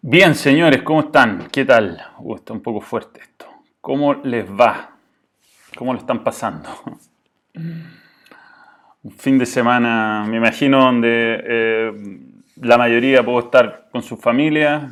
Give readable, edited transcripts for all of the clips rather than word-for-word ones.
Bien, señores, ¿cómo están? ¿Qué tal? Está un poco fuerte esto. ¿Cómo les va? ¿Cómo lo están pasando? Un fin de semana, me imagino, donde la mayoría pudo estar con sus familias.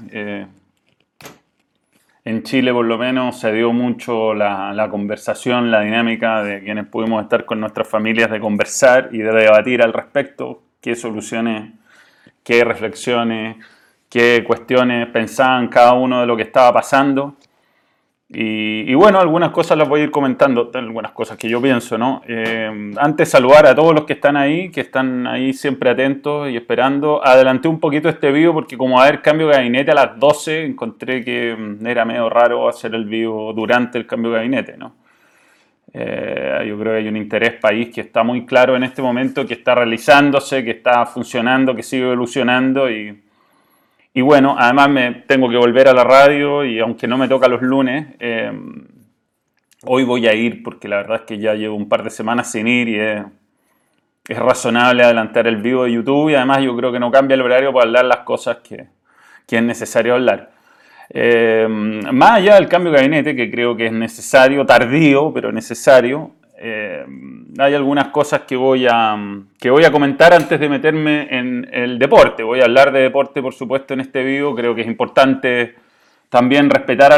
En Chile, por lo menos, se dio mucho la conversación, la dinámica de quienes pudimos estar con nuestras familias, de conversar y de debatir al respecto, qué soluciones, qué reflexiones, qué cuestiones pensaban cada uno de lo que estaba pasando. Y bueno, algunas cosas las voy a ir comentando, algunas cosas que yo pienso, ¿no? Antes saludar a todos los que están ahí siempre atentos y esperando. Adelanté un poquito este video porque como va a haber cambio de gabinete a las 12, encontré que era medio raro hacer el video durante el cambio de gabinete, ¿no? Yo creo que hay un interés país que está muy claro en este momento, que está realizándose, que está funcionando, que sigue evolucionando y bueno, además me tengo que volver a la radio y aunque no me toca los lunes, hoy voy a ir porque la verdad es que ya llevo un par de semanas sin ir y es razonable adelantar el vivo de YouTube y además yo creo que no cambia el horario para hablar las cosas que es necesario hablar. Más allá del cambio de gabinete, que creo que es necesario, tardío, pero necesario, hay algunas cosas que voy a comentar antes de meterme en el deporte. Voy a hablar de deporte, por supuesto, en este video. Creo que es importante también respetar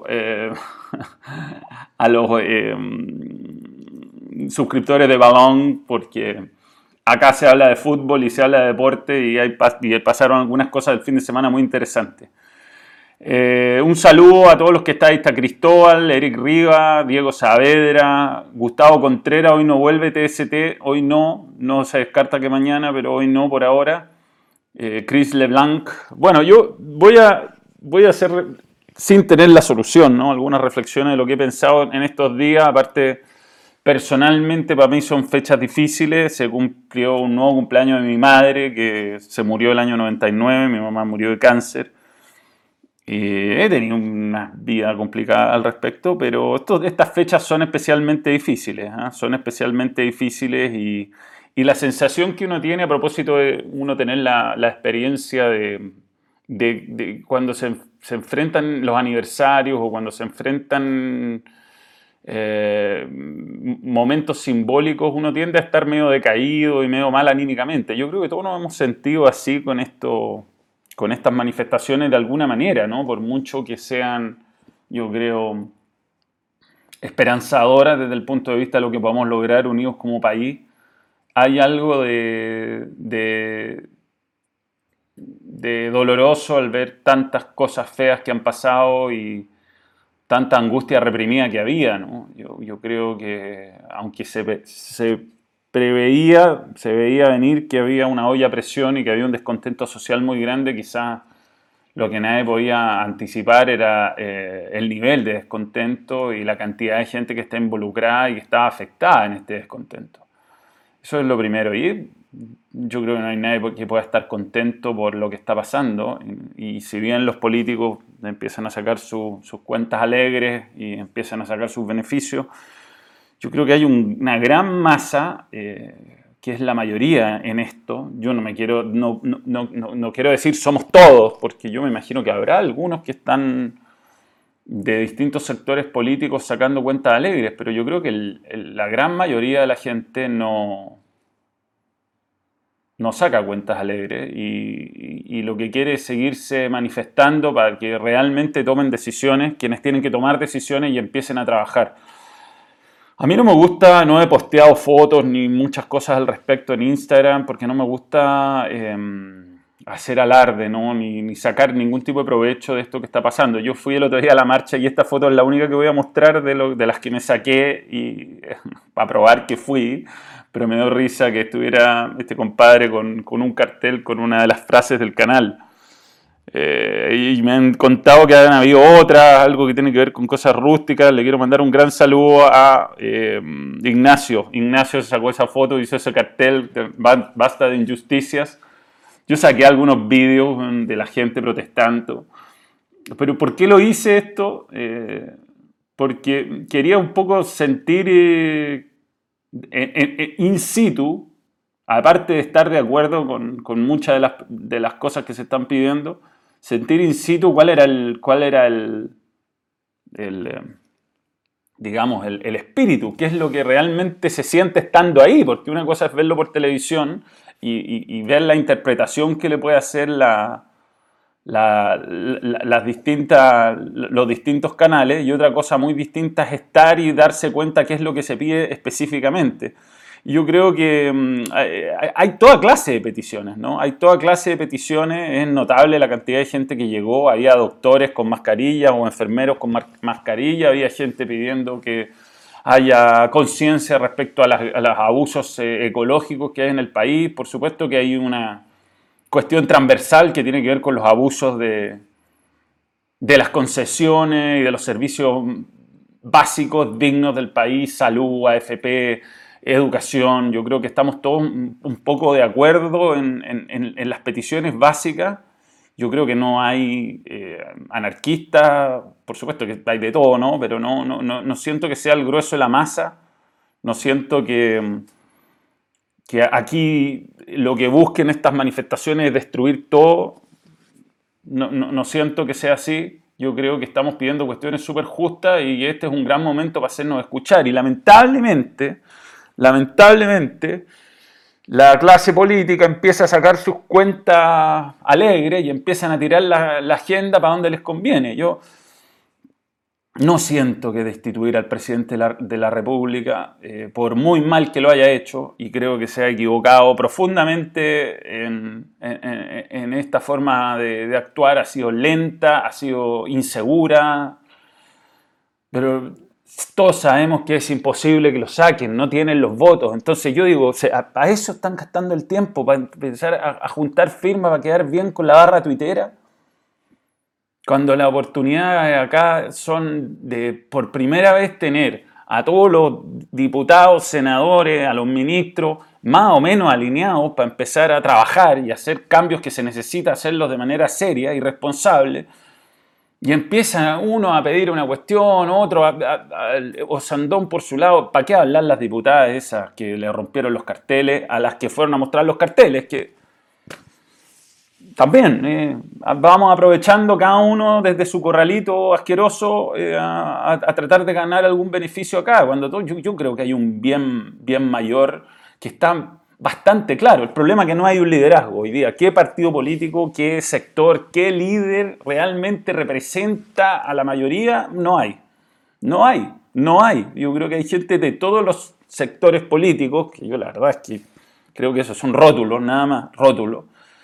a los suscriptores de Balón, porque acá se habla de fútbol y se habla de deporte y pasaron algunas cosas del fin de semana muy interesantes. Un saludo a todos los que estáis, está Cristóbal, Eric Riva, Diego Saavedra, Gustavo Contreras, hoy no vuelve TST, hoy no se descarta que mañana, pero hoy no por ahora. Chris LeBlanc. Bueno, yo voy a hacer, sin tener la solución, ¿no? Algunas reflexiones de lo que he pensado en estos días, aparte personalmente para mí son fechas difíciles, se cumplió un nuevo cumpleaños de mi madre que se murió el año 99, mi mamá murió de cáncer. He tenido una vida complicada al respecto, pero estas fechas son especialmente difíciles, ¿eh? Son especialmente difíciles y la sensación que uno tiene a propósito de uno tener la experiencia de cuando se enfrentan los aniversarios o cuando se enfrentan momentos simbólicos, uno tiende a estar medio decaído y medio mal anímicamente. Yo creo que todos nos hemos sentido así con estas manifestaciones de alguna manera, ¿no? Por mucho que sean, yo creo, esperanzadoras desde el punto de vista de lo que podamos lograr unidos como país, hay algo de doloroso al ver tantas cosas feas que han pasado y tanta angustia reprimida que había, ¿no? Yo creo que aunque se veía venir que había una olla a presión y que había un descontento social muy grande, quizás lo que nadie podía anticipar era el nivel de descontento y la cantidad de gente que está involucrada y que estaba afectada en este descontento. Eso es lo primero. Y yo creo que no hay nadie que pueda estar contento por lo que está pasando. Y si bien los políticos empiezan a sacar sus cuentas alegres y empiezan a sacar sus beneficios, yo creo que hay una gran masa que es la mayoría en esto. Yo no quiero decir somos todos, porque yo me imagino que habrá algunos que están de distintos sectores políticos sacando cuentas alegres, pero yo creo que la gran mayoría de la gente no saca cuentas alegres y lo que quiere es seguirse manifestando para que realmente tomen decisiones, quienes tienen que tomar decisiones y empiecen a trabajar. A mí no me gusta, no he posteado fotos ni muchas cosas al respecto en Instagram porque no me gusta hacer alarde, ¿no? Ni sacar ningún tipo de provecho de esto que está pasando. Yo fui el otro día a la marcha y esta foto es la única que voy a mostrar de las que me saqué y para probar que fui, pero me dio risa que estuviera este compadre con un cartel con una de las frases del canal. Y me han contado que han habido otras, algo que tiene que ver con cosas rústicas. Le quiero mandar un gran saludo a Ignacio. Ignacio sacó esa foto, hizo ese cartel, basta de injusticias. Yo saqué algunos vídeos de la gente protestando. Pero ¿por qué lo hice esto? Porque quería un poco sentir in situ, aparte de estar de acuerdo con muchas de las cosas que se están pidiendo, sentir in situ el, digamos, el espíritu, qué es lo que realmente se siente estando ahí, porque una cosa es verlo por televisión y ver la interpretación que le puede hacer los distintos canales, y otra cosa muy distinta es estar y darse cuenta qué es lo que se pide específicamente. Yo creo que hay toda clase de peticiones, ¿no? Hay toda clase de peticiones, es notable la cantidad de gente que llegó, había doctores con mascarilla o enfermeros con mascarilla, había gente pidiendo que haya conciencia respecto a los abusos ecológicos que hay en el país. Por supuesto que hay una cuestión transversal que tiene que ver con los abusos de las concesiones y de los servicios básicos dignos del país, salud, AFP, educación. Yo creo que estamos todos un poco de acuerdo en las peticiones básicas. Yo creo que no hay anarquistas, por supuesto que hay de todo, ¿no? Pero no siento que sea el grueso de la masa. No siento que aquí lo que busquen estas manifestaciones es destruir todo. No siento que sea así. Yo creo que estamos pidiendo cuestiones súper justas y este es un gran momento para hacernos escuchar. Y lamentablemente, la clase política empieza a sacar sus cuentas alegres y empiezan a tirar la agenda para donde les conviene. Yo no siento que destituir al presidente de la República, por muy mal que lo haya hecho, y creo que se ha equivocado profundamente en esta forma de actuar, ha sido lenta, ha sido insegura, pero todos sabemos que es imposible que lo saquen, no tienen los votos. Entonces yo digo, ¿a eso están gastando el tiempo? ¿Para empezar a juntar firmas para quedar bien con la barra tuitera? Cuando la oportunidad acá son de por primera vez tener a todos los diputados, senadores, a los ministros más o menos alineados para empezar a trabajar y hacer cambios que se necesita hacerlos de manera seria y responsable. Y empieza uno a pedir una cuestión, otro, Osandón por su lado. ¿Para qué hablar las diputadas esas que le rompieron los carteles, a las que fueron a mostrar los carteles? Que también vamos aprovechando cada uno desde su corralito asqueroso a tratar de ganar algún beneficio acá, cuando yo creo que hay un bien mayor que está bastante claro. El problema es que no hay un liderazgo hoy día. ¿Qué partido político, qué sector, qué líder realmente representa a la mayoría? No hay. Yo creo que hay gente de todos los sectores políticos, que yo la verdad es que creo que esos son rótulos, nada más, rótulos.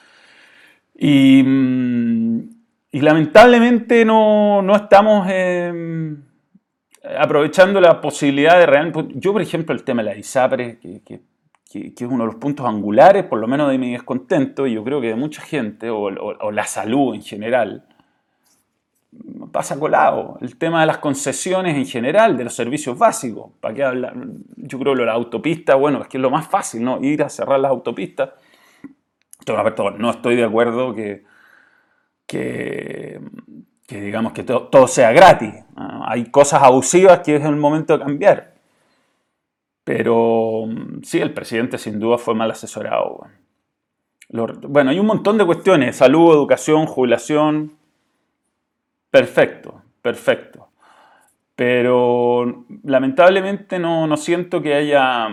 Y lamentablemente no estamos aprovechando la posibilidad de realmente... Yo, por ejemplo, el tema de la ISAPRE, que es uno de los puntos angulares, por lo menos de mi descontento, y yo creo que de mucha gente, o la salud en general, pasa colado. El tema de las concesiones en general, de los servicios básicos. ¿Para qué hablar? Yo creo que lo de la autopista, bueno, es que es lo más fácil, ¿no? Ir a cerrar las autopistas. No estoy de acuerdo que digamos que todo sea gratis. Hay cosas abusivas que es el momento de cambiar. Pero sí, el presidente sin duda fue mal asesorado. Bueno, hay un montón de cuestiones. Salud, educación, jubilación. Perfecto. Pero lamentablemente no siento que haya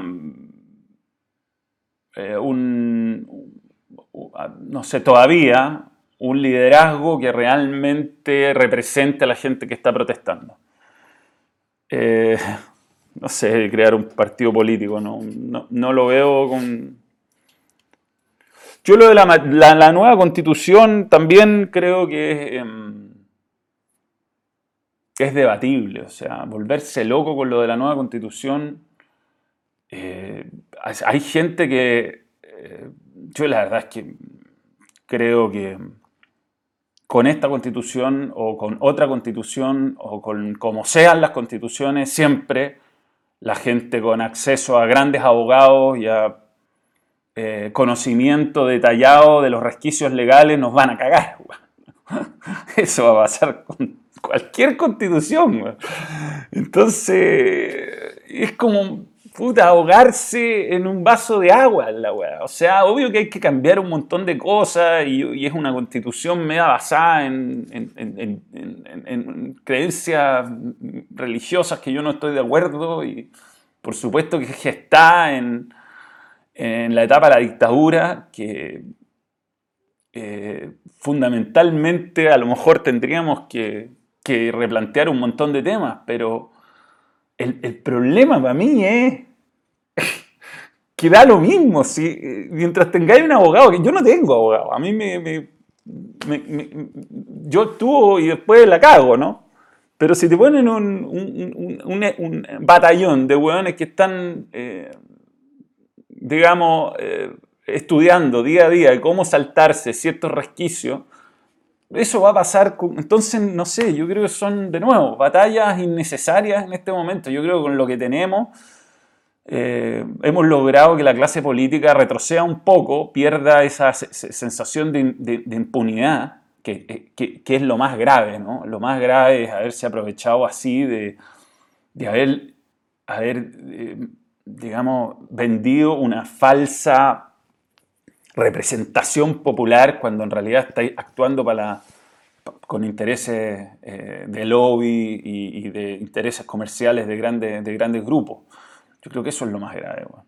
no sé, todavía un liderazgo que realmente represente a la gente que está protestando. No sé, crear un partido político, no lo veo con... Yo lo de la nueva constitución también creo que es debatible, o sea, volverse loco con lo de la nueva constitución. Hay gente que... yo la verdad es que creo que con esta constitución o con otra constitución o con como sean las constituciones, siempre la gente con acceso a grandes abogados y a conocimiento detallado de los resquicios legales nos van a cagar. Eso va a pasar con cualquier constitución. Entonces, es como... puta, ahogarse en un vaso de agua, la weá. O sea, obvio que hay que cambiar un montón de cosas y es una constitución media basada en creencias religiosas que yo no estoy de acuerdo y por supuesto que está en la etapa de la dictadura que fundamentalmente a lo mejor tendríamos que replantear un montón de temas, pero el problema para mí es que da lo mismo. Si, mientras tengáis un abogado, que yo no tengo abogado, a mí yo actúo y después la cago, ¿no? Pero si te ponen un batallón de hueones que están, digamos, estudiando día a día cómo saltarse ciertos resquicios, eso va a pasar. Entonces, no sé, yo creo que son, de nuevo, batallas innecesarias en este momento. Yo creo que con lo que tenemos hemos logrado que la clase política retroceda un poco, pierda esa sensación de impunidad, que es lo más grave, ¿no? Lo más grave es haberse aprovechado así de haber digamos, vendido una falsa representación popular cuando en realidad estáis actuando con intereses de lobby y de intereses comerciales de grandes grupos. Yo creo que eso es lo más grave. Bueno.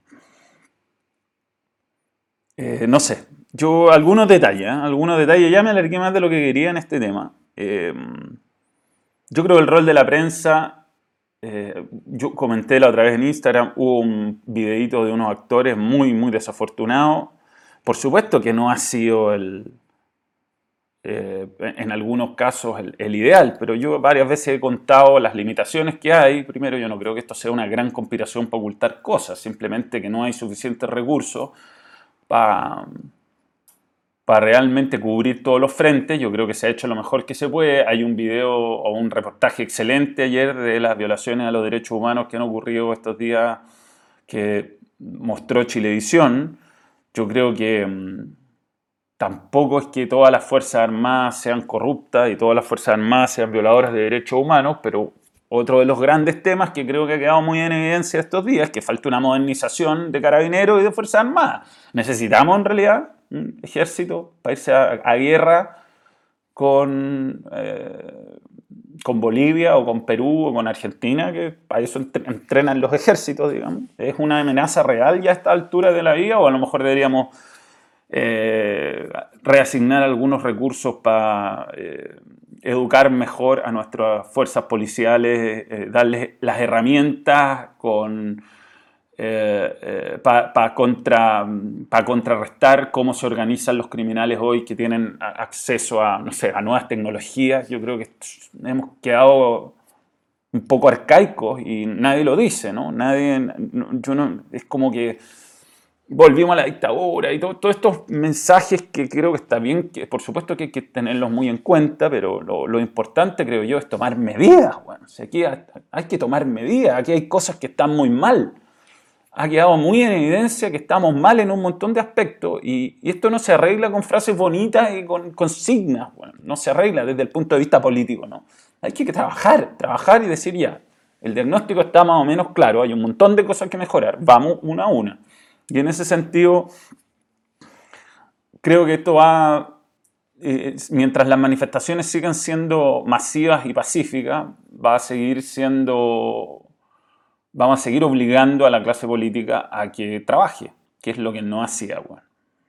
No sé, yo algunos detalles, ya me alargué más de lo que quería en este tema. Yo creo que el rol de la prensa, yo comenté la otra vez en Instagram, hubo un videíto de unos actores muy, muy desafortunados. Por supuesto que no ha sido en algunos casos el ideal, pero yo varias veces he contado las limitaciones que hay. Primero, yo no creo que esto sea una gran conspiración para ocultar cosas, simplemente que no hay suficientes recursos para realmente cubrir todos los frentes. Yo creo que se ha hecho lo mejor que se puede. Hay un video o un reportaje excelente ayer de las violaciones a los derechos humanos que han ocurrido estos días que mostró Chilevisión. Yo creo que tampoco es que todas las Fuerzas Armadas sean corruptas y todas las Fuerzas Armadas sean violadoras de derechos humanos, pero otro de los grandes temas que creo que ha quedado muy en evidencia estos días es que falta una modernización de Carabineros y de Fuerzas Armadas. Necesitamos en realidad un ejército para irse a guerra con Bolivia o con Perú o con Argentina, que para eso entrenan los ejércitos, digamos. ¿Es una amenaza real ya a esta altura de la vida o a lo mejor deberíamos reasignar algunos recursos para educar mejor a nuestras fuerzas policiales, darles las herramientas para contrarrestar cómo se organizan los criminales hoy que tienen acceso a, no sé, a nuevas tecnologías? Yo creo que hemos quedado un poco arcaicos y nadie lo dice, ¿no? Es como que volvimos a la dictadura y todos estos mensajes que creo que está bien, que por supuesto que hay que tenerlos muy en cuenta, pero lo importante, creo yo, es tomar medidas. Bueno, o sea, aquí hay que tomar medidas, aquí hay cosas que están muy mal. Ha quedado muy en evidencia que estamos mal en un montón de aspectos y esto no se arregla con frases bonitas y con consignas. Bueno, no se arregla desde el punto de vista político, ¿no? Hay que trabajar y decir ya, el diagnóstico está más o menos claro, hay un montón de cosas que mejorar, vamos una a una. Y en ese sentido, creo que esto va, mientras las manifestaciones sigan siendo masivas y pacíficas, vamos a seguir obligando a la clase política a que trabaje, que es lo que no hacía. Bueno.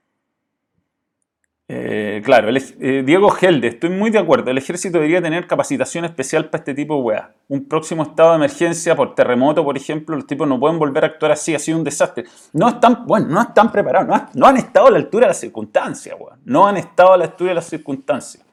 Claro, Diego Gelde, estoy muy de acuerdo. El ejército debería tener capacitación especial para este tipo de weas. Un próximo estado de emergencia por terremoto, por ejemplo, los tipos no pueden volver a actuar así, ha sido un desastre. No están preparados, no han estado a la altura de las circunstancias, weón. No han estado a la altura de las circunstancias.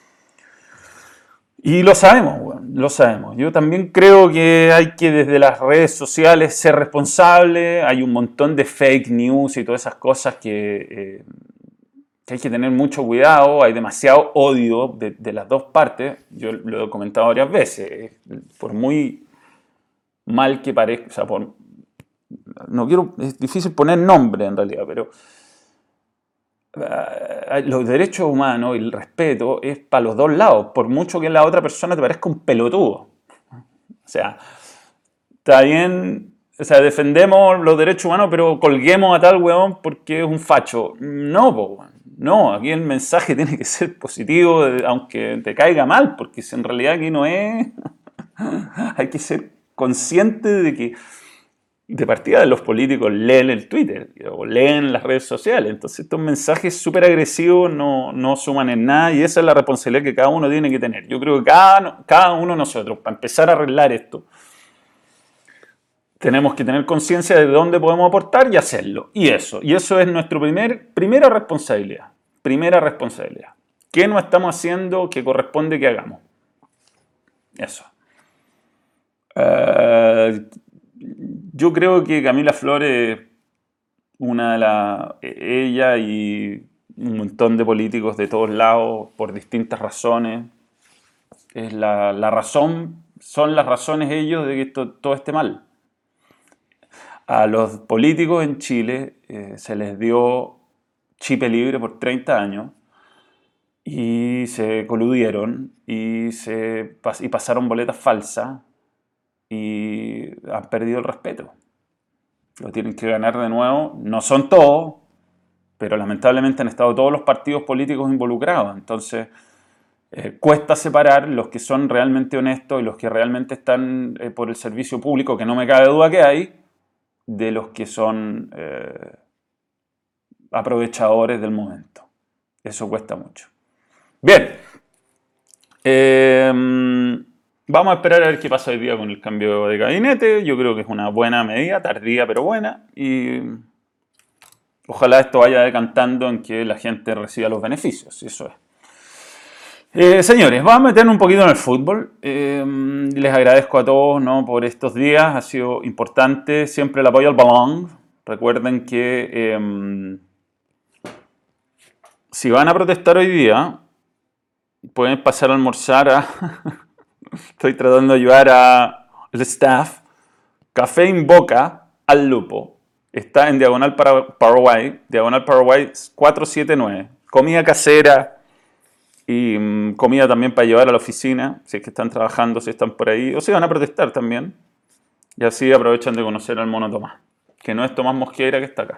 Y lo sabemos, weón, lo sabemos. Yo también creo que hay que desde las redes sociales ser responsable. Hay un montón de fake news y todas esas cosas que hay que tener mucho cuidado, hay demasiado odio de las dos partes. Yo lo he comentado varias veces. Por muy mal que parezca, o sea, es difícil poner nombre en realidad, pero los derechos humanos y el respeto es para los dos lados, por mucho que la otra persona te parezca un pelotudo. O sea, está bien O sea, defendemos los derechos humanos, pero colguemos a tal weón porque es un facho. No, po, weón. No, aquí el mensaje tiene que ser positivo, aunque te caiga mal, porque si en realidad aquí no es. Hay que ser consciente de que de partida de los políticos leen el Twitter o leen las redes sociales. Entonces estos mensajes súper agresivos no suman en nada y esa es la responsabilidad que cada uno tiene que tener. Yo creo que cada uno de nosotros, para empezar a arreglar esto, tenemos que tener conciencia de dónde podemos aportar y hacerlo. Y eso es nuestra primera responsabilidad. Primera responsabilidad. ¿Qué no estamos haciendo que corresponde que hagamos? Eso. Yo creo que Camila Flores, ella y un montón de políticos de todos lados, por distintas razones, es la razón, son las razones ellos de que todo esté mal. A los políticos en Chile se les dio chipe libre por 30 años y se coludieron y pasaron boletas falsas y han perdido el respeto. Lo tienen que ganar de nuevo. No son todos, pero lamentablemente han estado todos los partidos políticos involucrados. Entonces, cuesta separar los que son realmente honestos y los que realmente están por el servicio público, que no me cabe duda que hay, de los que son aprovechadores del momento. Eso cuesta mucho. Bien. Vamos a esperar a ver qué pasa hoy día con el cambio de gabinete. Yo creo que es una buena medida, tardía pero buena. Y ojalá esto vaya decantando en que la gente reciba los beneficios. Eso es. Señores, vamos a meternos un poquito en el fútbol. Les agradezco a todos, ¿no?, por estos días. Ha sido importante. Siempre el apoyo al balón. Recuerden que si van a protestar hoy día, pueden pasar a almorzar a... Estoy tratando de ayudar al staff. Café en Boca al Lupo. Está en Diagonal Paraguay. Diagonal Paraguay 479. Comida casera y comida también para llevar a la oficina. Si es que están trabajando, si están por ahí. O si van a protestar también. Y así aprovechan de conocer al mono Tomás. Que no es Tomás Mosqueira que está acá.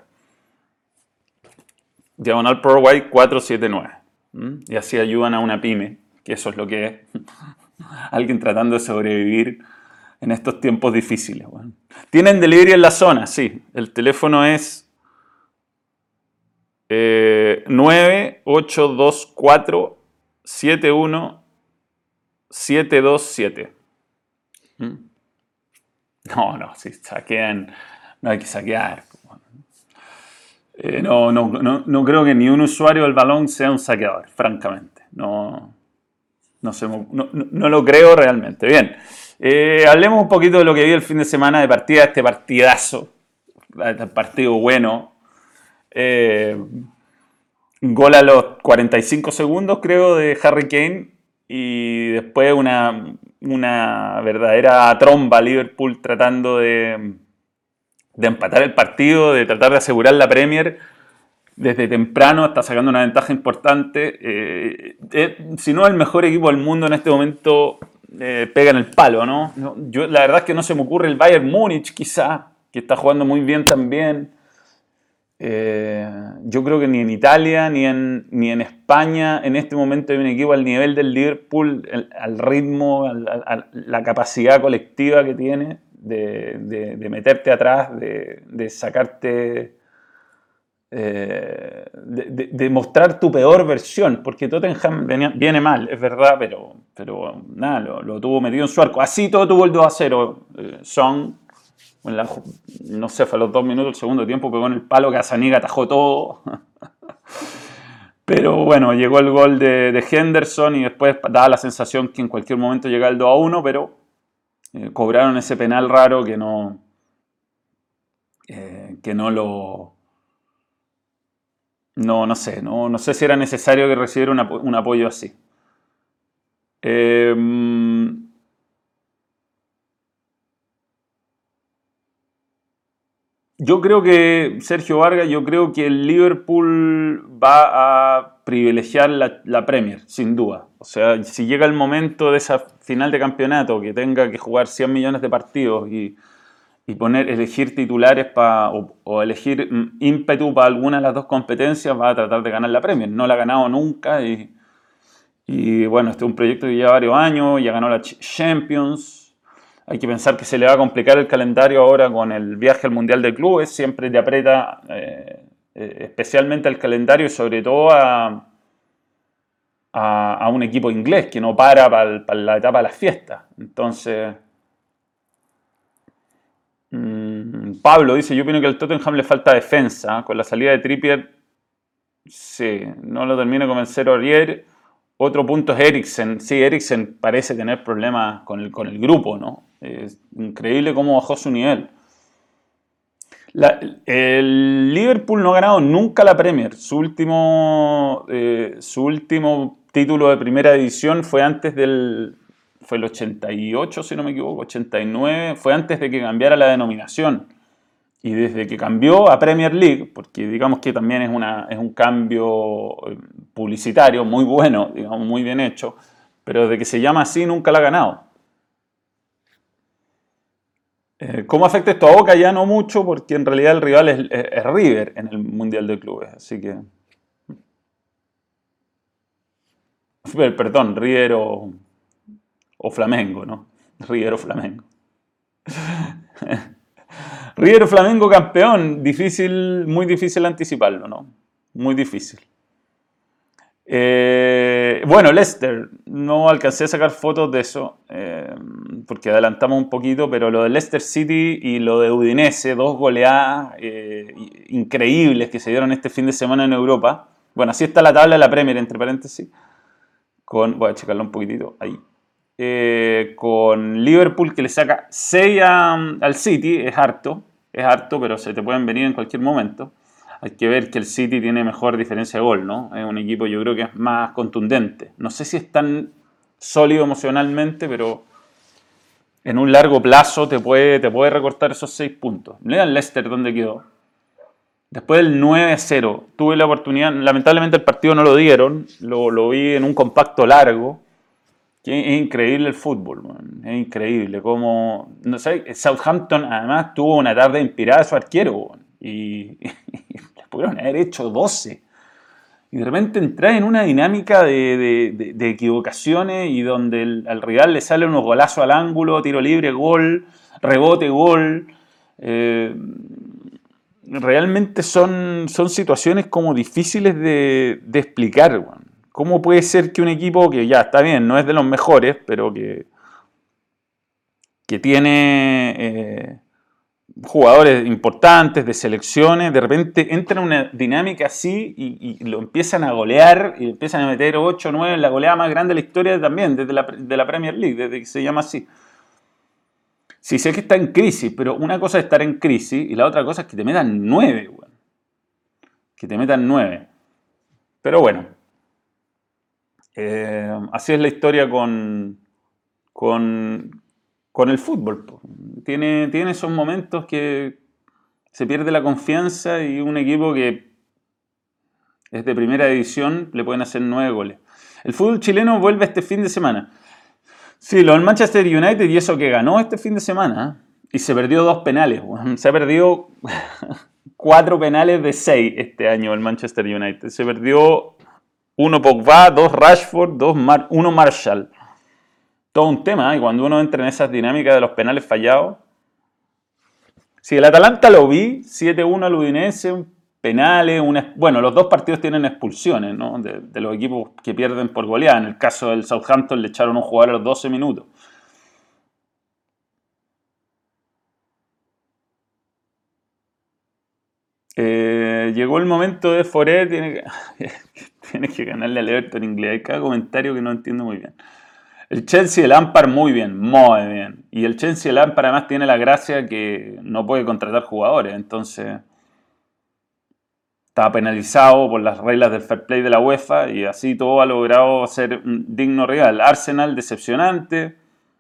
Diagonal Paraguay 479. Y así ayudan a una pyme. Que eso es lo que es. Alguien tratando de sobrevivir en estos tiempos difíciles. Bueno. ¿Tienen delivery en la zona? Sí. El teléfono es 9824 71727. No, si saquean, no hay que saquear. No creo que ni un usuario del balón sea un saqueador, francamente. No lo creo realmente. Bien, hablemos un poquito de lo que vi el fin de semana de partida, este partidazo, este partido bueno. Gol a los 45 segundos, creo, de Harry Kane y después una verdadera tromba Liverpool tratando de empatar el partido, de tratar de asegurar la Premier. Desde temprano está sacando una ventaja importante. Si no el mejor equipo del mundo en este momento, pega en el palo, ¿no? La verdad es que no se me ocurre el Bayern Múnich, quizá, que está jugando muy bien también. Yo creo que ni en Italia ni en España en este momento hay un equipo al nivel del Liverpool, al ritmo, a la capacidad colectiva que tiene de meterte atrás, de sacarte... de mostrar tu peor versión, porque Tottenham viene mal, es verdad, pero nada, lo tuvo metido en su arco. Así todo tuvo el 2-0. Son, no sé, fue a los 2 minutos del segundo tiempo, pegó en el palo, Casaniga atajó todo. Pero bueno, llegó el gol de Henderson y después daba la sensación que en cualquier momento llegaba el 2-1, pero cobraron ese penal raro que no lo... No sé si era necesario que recibiera un apoyo así. Yo creo que Sergio Vargas, yo creo que el Liverpool va a privilegiar la Premier, sin duda. O sea, si llega el momento de esa final de campeonato, que tenga que jugar 100 millones de partidos y y elegir titulares o elegir ímpetu para alguna de las dos competencias, va a tratar de ganar la Premier. No la ha ganado nunca y bueno, este es un proyecto que lleva varios años, ya ganó la Champions. Hay que pensar que se le va a complicar el calendario ahora con el viaje al Mundial de Clubes, siempre te aprieta especialmente el calendario y sobre todo a un equipo inglés que no para la etapa de las fiestas. Entonces, Pablo dice, yo opino que al Tottenham le falta defensa. Con la salida de Trippier, sí, no lo termina de convencer Aurier. Otro punto es Eriksen. Sí, Eriksen parece tener problemas con el grupo, ¿no? Es increíble cómo bajó su nivel. El Liverpool no ha ganado nunca la Premier. Su último título de primera división fue fue el 88, si no me equivoco, 89, fue antes de que cambiara la denominación. Y desde que cambió a Premier League, porque digamos que también es un cambio publicitario muy bueno, digamos, muy bien hecho, pero desde que se llama así nunca la ha ganado. ¿Cómo afecta esto a Boca? Ya no mucho, porque en realidad el rival es River en el Mundial de Clubes, así que... Perdón, River o Flamengo, ¿no? River o Flamengo. River o Flamengo campeón, muy difícil anticiparlo, ¿no? Muy difícil. Bueno, Leicester, no alcancé a sacar fotos de eso porque adelantamos un poquito, pero lo de Leicester City y lo de Udinese, dos goleadas increíbles que se dieron este fin de semana en Europa. Bueno, así está la tabla de la Premier, entre paréntesis. Voy a checarlo un poquitito, ahí. Con Liverpool que le saca 6 al City, es harto, pero se te pueden venir en cualquier momento. Hay que ver que el City tiene mejor diferencia de gol, ¿no? Es un equipo, yo creo que es más contundente. No sé si es tan sólido emocionalmente, pero en un largo plazo te puede recortar esos 6 puntos. Mira el Leicester donde quedó. Después del 9-0, tuve la oportunidad, lamentablemente el partido no lo dieron, lo vi en un compacto largo. Es increíble el fútbol, man. Es increíble cómo, no sé, Southampton además tuvo una tarde inspirada de su arquero, man. Y les pudieron haber hecho 12. Y de repente entras en una dinámica de equivocaciones y donde al rival le salen unos golazos al ángulo, tiro libre, gol, rebote, gol. Realmente son situaciones como difíciles de explicar, man. ¿Cómo puede ser que un equipo que ya está bien, no es de los mejores, pero que tiene jugadores importantes de selecciones, de repente entra en una dinámica así y lo empiezan a golear y empiezan a meter 8 o 9 en la goleada más grande de la historia también, de la Premier League, desde que se llama así? Sí, sé que está en crisis, pero una cosa es estar en crisis y la otra cosa es que te metan 9, güey. Que te metan 9. Pero bueno, así es la historia con el fútbol. Tiene esos momentos que se pierde la confianza y un equipo que es de primera división le pueden hacer 9 goles. El fútbol chileno vuelve este fin de semana. Sí, lo del Manchester United y eso que ganó este fin de semana. Y se perdió 2 penales. Se ha perdido 4 penales de 6 este año el Manchester United. Se perdió 1 Pogba, 2 Rashford, 1 Marshall. Todo un tema, y cuando uno entra en esas dinámicas de los penales fallados. Sí, el Atalanta lo vi, 7-1 al Udinese, penales, bueno, los dos partidos tienen expulsiones, ¿no? De los equipos que pierden por goleada. En el caso del Southampton le echaron un jugador a los 12 minutos. Llegó el momento de Foré, tiene que ganarle al Everton inglés. Hay cada comentario que no entiendo muy bien. El Chelsea de Lampard muy bien, muy bien. Y el Chelsea de Lampard además tiene la gracia que no puede contratar jugadores, entonces está penalizado por las reglas del fair play de la UEFA y así todo ha logrado ser un digno rival. Arsenal decepcionante.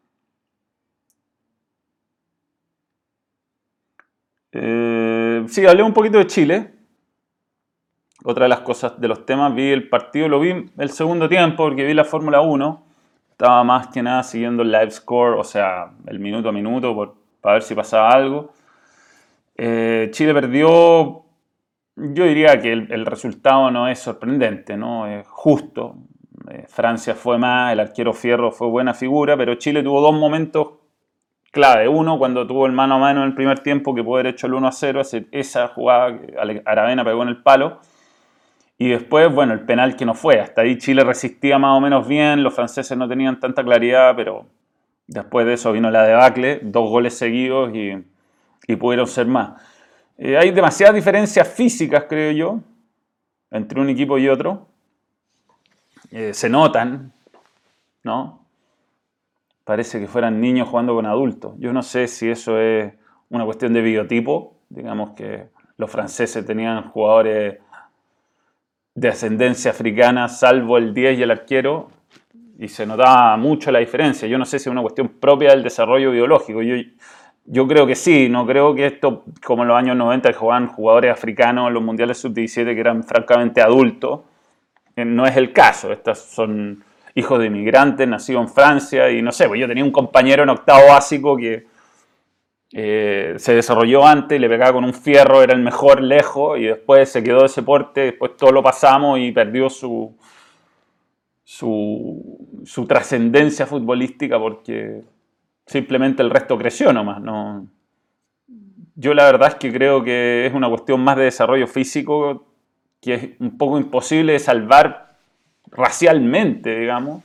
Sí, hablé un poquito de Chile. Otra de las cosas, de los temas, vi el partido, lo vi el segundo tiempo porque vi la Fórmula 1. Estaba más que nada siguiendo el live score, o sea, el minuto a minuto para ver si pasaba algo. Chile perdió, yo diría que el resultado no es sorprendente, ¿no? Es justo. Francia fue más, el arquero Fierro fue buena figura, pero Chile tuvo dos momentos clave. Uno, cuando tuvo el mano a mano en el primer tiempo, que pudo haber hecho el 1-0, esa jugada que Aravena pegó en el palo. Y después, bueno, el penal que no fue. Hasta ahí Chile resistía más o menos bien, los franceses no tenían tanta claridad, pero después de eso vino la debacle, 2 goles seguidos y pudieron ser más. Hay demasiadas diferencias físicas, creo yo, entre un equipo y otro. Se notan, ¿no? Parece que fueran niños jugando con adultos. Yo no sé si eso es una cuestión de biotipo. Digamos que los franceses tenían jugadores de ascendencia africana, salvo el 10 y el arquero, y se notaba mucho la diferencia. Yo no sé si es una cuestión propia del desarrollo biológico. Yo creo que sí, no creo que esto, como en los años 90, que jugaban jugadores africanos en los mundiales sub-17 que eran francamente adultos, no es el caso. Estos son hijos de inmigrantes, nacidos en Francia, y no sé, pues yo tenía un compañero en octavo básico que se desarrolló antes, le pegaba con un fierro, era el mejor lejos, y después se quedó ese porte, después todo lo pasamos y perdió su trascendencia futbolística porque simplemente el resto creció nomás. ¿No? Yo la verdad es que creo que es una cuestión más de desarrollo físico que es un poco imposible de salvar racialmente, digamos,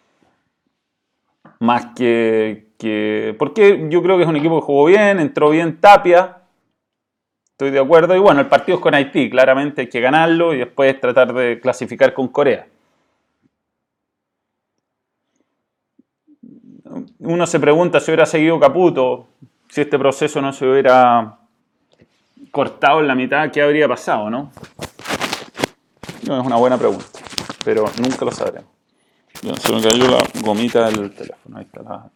más que porque yo creo que es un equipo que jugó bien, entró bien Tapia, estoy de acuerdo, y bueno, el partido es con Haití, claramente hay que ganarlo y después tratar de clasificar con Corea. Uno se pregunta si hubiera seguido Caputo, si este proceso no se hubiera cortado en la mitad, ¿qué habría pasado, no? No, es una buena pregunta, pero nunca lo sabremos. Se me cayó la gomita del teléfono, ahí está.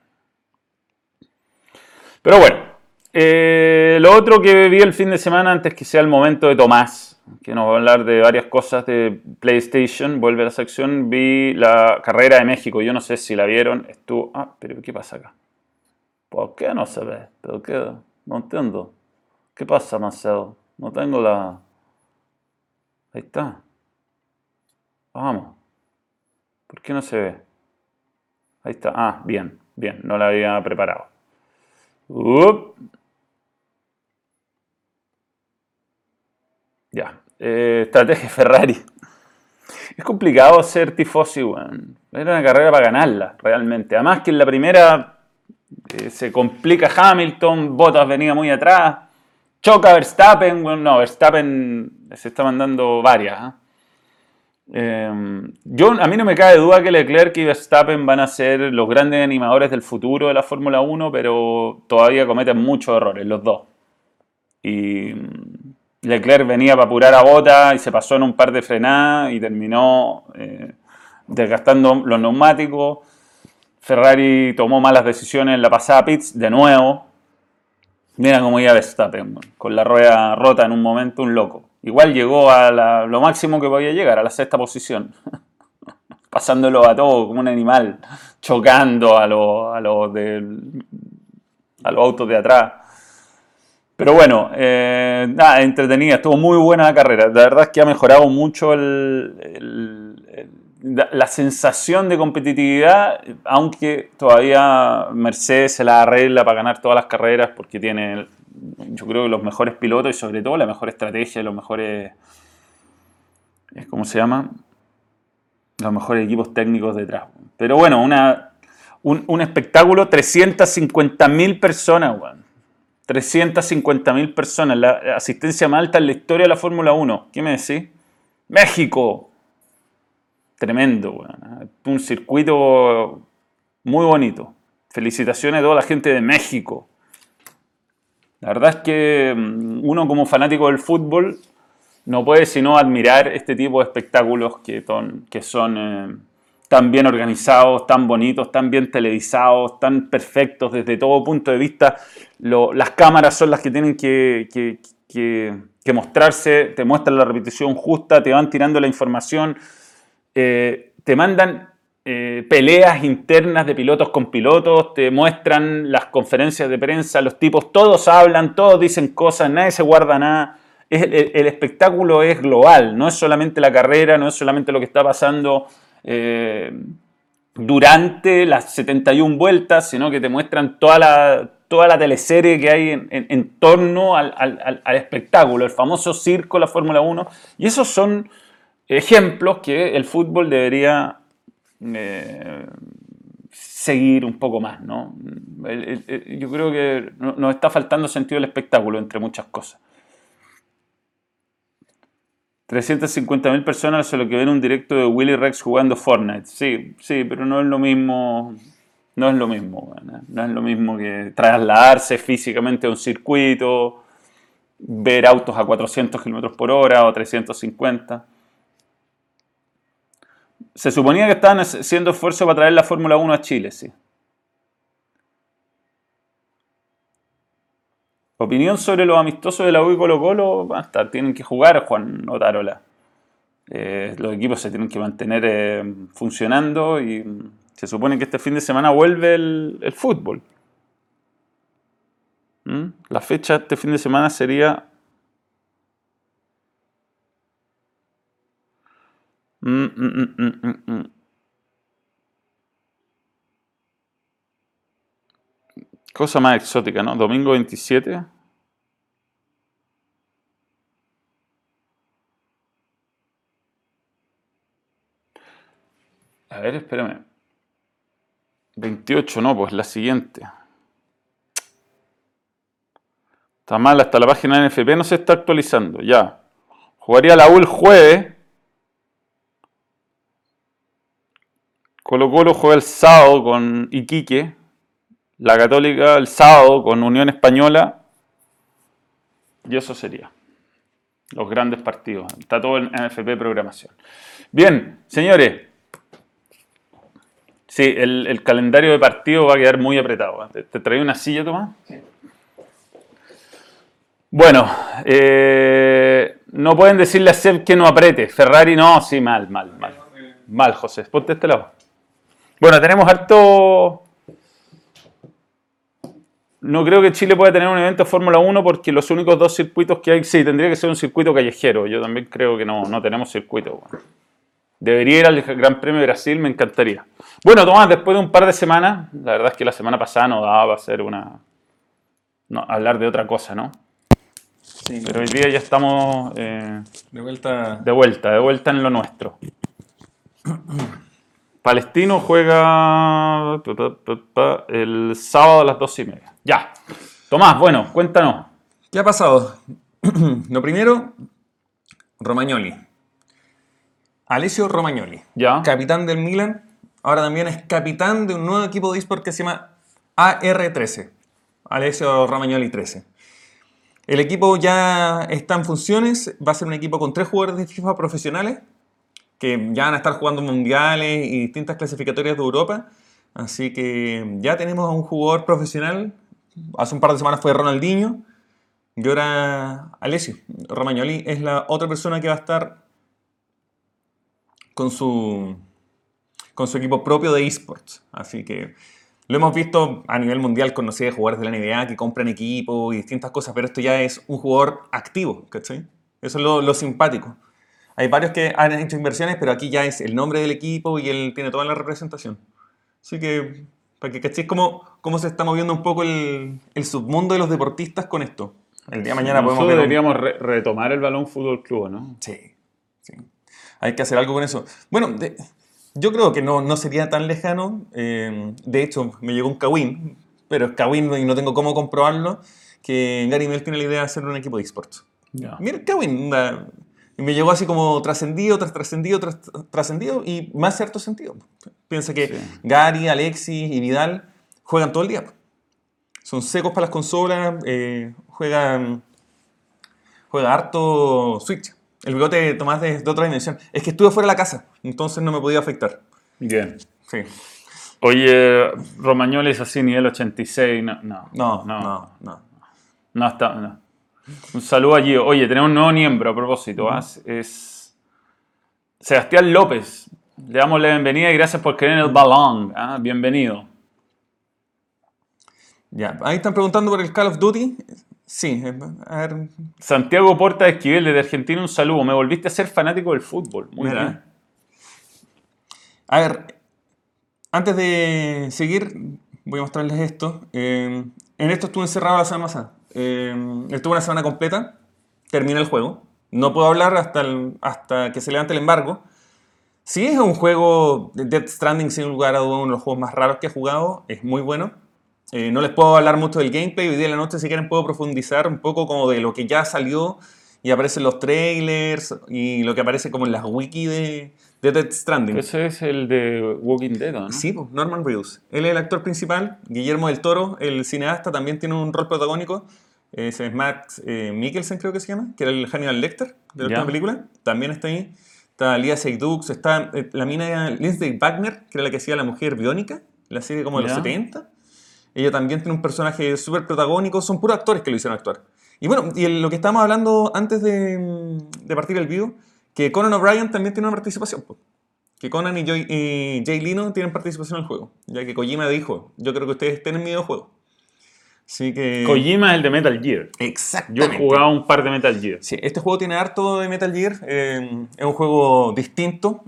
Pero bueno, lo otro que vi el fin de semana, antes que sea el momento de Tomás, que nos va a hablar de varias cosas de PlayStation, vuelve a la sección, vi la carrera de México, yo no sé si la vieron, estuvo... Ah, pero ¿qué pasa acá? ¿Por qué no se ve? ¿Pero qué? No entiendo. ¿Qué pasa, Marcelo? No tengo la... Ahí está. Vamos. ¿Por qué no se ve? Ahí está. Ah, bien, bien, no la había preparado. Ya. Estrategia Ferrari. Es complicado ser tifosi, weón. Era una carrera para ganarla, realmente. Además que en la primera se complica Hamilton, Bottas venía muy atrás, choca Verstappen, bueno, no, Verstappen se está mandando varias. A mí no me cabe duda que Leclerc y Verstappen van a ser los grandes animadores del futuro de la Fórmula 1, pero todavía cometen muchos errores, los dos. Y Leclerc venía para apurar a Bottas y se pasó en un par de frenadas y terminó desgastando los neumáticos. Ferrari tomó malas decisiones en la pasada pits de nuevo. Mira cómo iba Verstappen, con la rueda rota en un momento, un loco. Igual llegó a lo máximo que podía llegar, a la sexta posición. Pasándolo a todo como un animal, chocando a los autos de atrás. Pero bueno, nada, entretenida, estuvo muy buena la carrera. La verdad es que ha mejorado mucho la sensación de competitividad, aunque todavía Mercedes se la arregla para ganar todas las carreras porque tiene, yo creo, que los mejores pilotos y sobre todo la mejor estrategia, los mejores, ¿cómo se llama? Los mejores equipos técnicos detrás. Pero bueno, un espectáculo, 350.000 personas, weón. 350.000 personas, la asistencia más alta en la historia de la Fórmula 1. ¿Qué me decís? México. Tremendo, weón. Un circuito muy bonito. Felicitaciones a toda la gente de México. La verdad es que uno como fanático del fútbol no puede sino admirar este tipo de espectáculos que son tan bien organizados, tan bonitos, tan bien televisados, tan perfectos desde todo punto de vista. Las cámaras son las que tienen que mostrarse, te muestran la repetición justa, te van tirando la información, te mandan peleas internas de pilotos con pilotos, te muestran las conferencias de prensa, los tipos, todos hablan, todos dicen cosas, nadie se guarda nada. El espectáculo es global, no es solamente la carrera, no es solamente lo que está pasando durante las 71 vueltas, sino que te muestran toda la teleserie que hay en torno al espectáculo, el famoso circo, la Fórmula 1. Y esos son ejemplos que el fútbol debería seguir un poco más, ¿no? Yo creo que nos está faltando sentido del espectáculo, entre muchas cosas. 350.000 personas son lo que ven un directo de Willy Rex jugando Fortnite. Sí, pero no es lo mismo. No es lo mismo, ¿no? No es lo mismo que trasladarse físicamente a un circuito, ver autos a 400 km por hora o 350. Se suponía que estaban haciendo esfuerzo para traer la Fórmula 1 a Chile, sí. Opinión sobre los amistosos de la U y Colo-Colo. Basta, tienen que jugar, Juan Otárola. Los equipos se tienen que mantener funcionando y se supone que este fin de semana vuelve el fútbol. La fecha este fin de semana sería... Cosa más exótica, ¿no? Domingo 27. A ver, espérame. 28, no, pues la siguiente. Está mal, hasta la página de NFP no se está actualizando. Ya. Jugaría la U el jueves. Colo-Colo juega el sábado con Iquique. La Católica el sábado con Unión Española. Y eso sería. Los grandes partidos. Está todo en NFP programación. Bien, señores. Sí, el calendario de partidos va a quedar muy apretado. ¿Te trae una silla, Tomás? Sí. Bueno, no pueden decirle a Seb que no apriete. Ferrari no, sí, mal. Mal, José. Ponte este lado. Bueno, tenemos harto... No creo que Chile pueda tener un evento de Fórmula 1 porque los únicos dos circuitos que hay... Sí, tendría que ser un circuito callejero. Yo también creo que no tenemos circuito. Bueno. Debería ir al Gran Premio de Brasil, me encantaría. Bueno, Tomás, después de un par de semanas, la verdad es que la semana pasada no daba para hacer hablar de otra cosa, ¿no? Sí, pero hoy día ya estamos de vuelta en lo nuestro. Palestino juega el sábado a las 2:30. Ya. Tomás, bueno, cuéntanos. ¿Qué ha pasado? Lo primero, Romagnoli. Alessio Romagnoli, ¿Ya? Capitán del Milan, ahora también es capitán de un nuevo equipo de eSport que se llama AR13, Alessio Romagnoli 13. El equipo ya está en funciones, va a ser un equipo con 3 jugadores de FIFA profesionales que ya van a estar jugando mundiales y distintas clasificatorias de Europa, así que ya tenemos a un jugador profesional. Hace un par de semanas fue Ronaldinho y ahora Alessio Romagnoli es la otra persona que va a estar con su equipo propio de eSports. Así que lo hemos visto a nivel mundial con, no sé, jugadores de la NBA que compran equipo y distintas cosas, pero esto ya es un jugador activo, ¿cachai? Eso es lo simpático. Hay varios que han hecho inversiones, pero aquí ya es el nombre del equipo y él tiene toda la representación. Así que, para que cachéis cómo se está moviendo un poco el submundo de los deportistas con esto. El día de mañana podemos ver... Deberíamos retomar el Balón Fútbol Club, ¿no? Sí. Hay que hacer algo con eso. Bueno, yo creo que no sería tan lejano. De hecho, me llegó un Kawin, pero es Kawin y no tengo cómo comprobarlo, que Gary Neville tiene la idea de hacer un equipo de esports. Yeah. Mira, Kawin, me llegó así como trascendido y más cierto sentido. Piensa que sí. Gary, Alexis y Vidal juegan todo el día. Son secos para las consolas, juega harto Switch. El bigote de Tomás de otra dimensión. Es que estuve fuera de la casa, entonces no me podía afectar. Bien. Sí. Oye, Romagnoli es así, nivel 86. No está. No. Un saludo allí. Oye, tenemos un nuevo miembro a propósito. Es Sebastián López. Le damos la bienvenida y gracias por creer en el balón. Bienvenido. Ya, ahí están preguntando por el Call of Duty. Sí, a ver. Santiago Porta de Esquivel, desde Argentina, un saludo. Me volviste a ser fanático del fútbol. Muy Mira. bien. A ver, antes de seguir, voy a mostrarles esto. En esto estuve encerrado la semana pasada. Estuve una semana completa. Terminé el juego. No puedo hablar hasta que se levante el embargo. Sí, es un juego de Death Stranding, sin lugar a dudas, uno de los juegos más raros que he jugado. Es muy bueno. No les puedo hablar mucho del gameplay. Hoy día en la noche, si quieren, puedo profundizar un poco como de lo que ya salió y aparecen los trailers y lo que aparece como en las wiki de Death Stranding. Ese es el de Walking Dead, ¿no? Sí, pues, Norman Reedus. Él es el actor principal. Guillermo del Toro, el cineasta, también tiene un rol protagónico. Ese es Matt Mikkelsen, creo que se llama, que era el Hannibal Lecter de la última película. También está ahí. Está Lia Seydoux, está la mina Lindsay Wagner, que era la que hacía La Mujer Biónica, la serie como de los 70. Ella también tiene un personaje súper protagónico. Son puros actores que lo hicieron actuar. Y bueno, y lo que estábamos hablando antes de partir el video, que Conan O'Brien también tiene una participación. Que Conan y Jay Leno tienen participación en el juego. Ya que Kojima dijo, yo creo que ustedes estén en mi videojuego. Así que... Kojima es el de Metal Gear. Exactamente. Yo he jugado un par de Metal Gear. Sí, este juego tiene harto de Metal Gear. Es un juego distinto.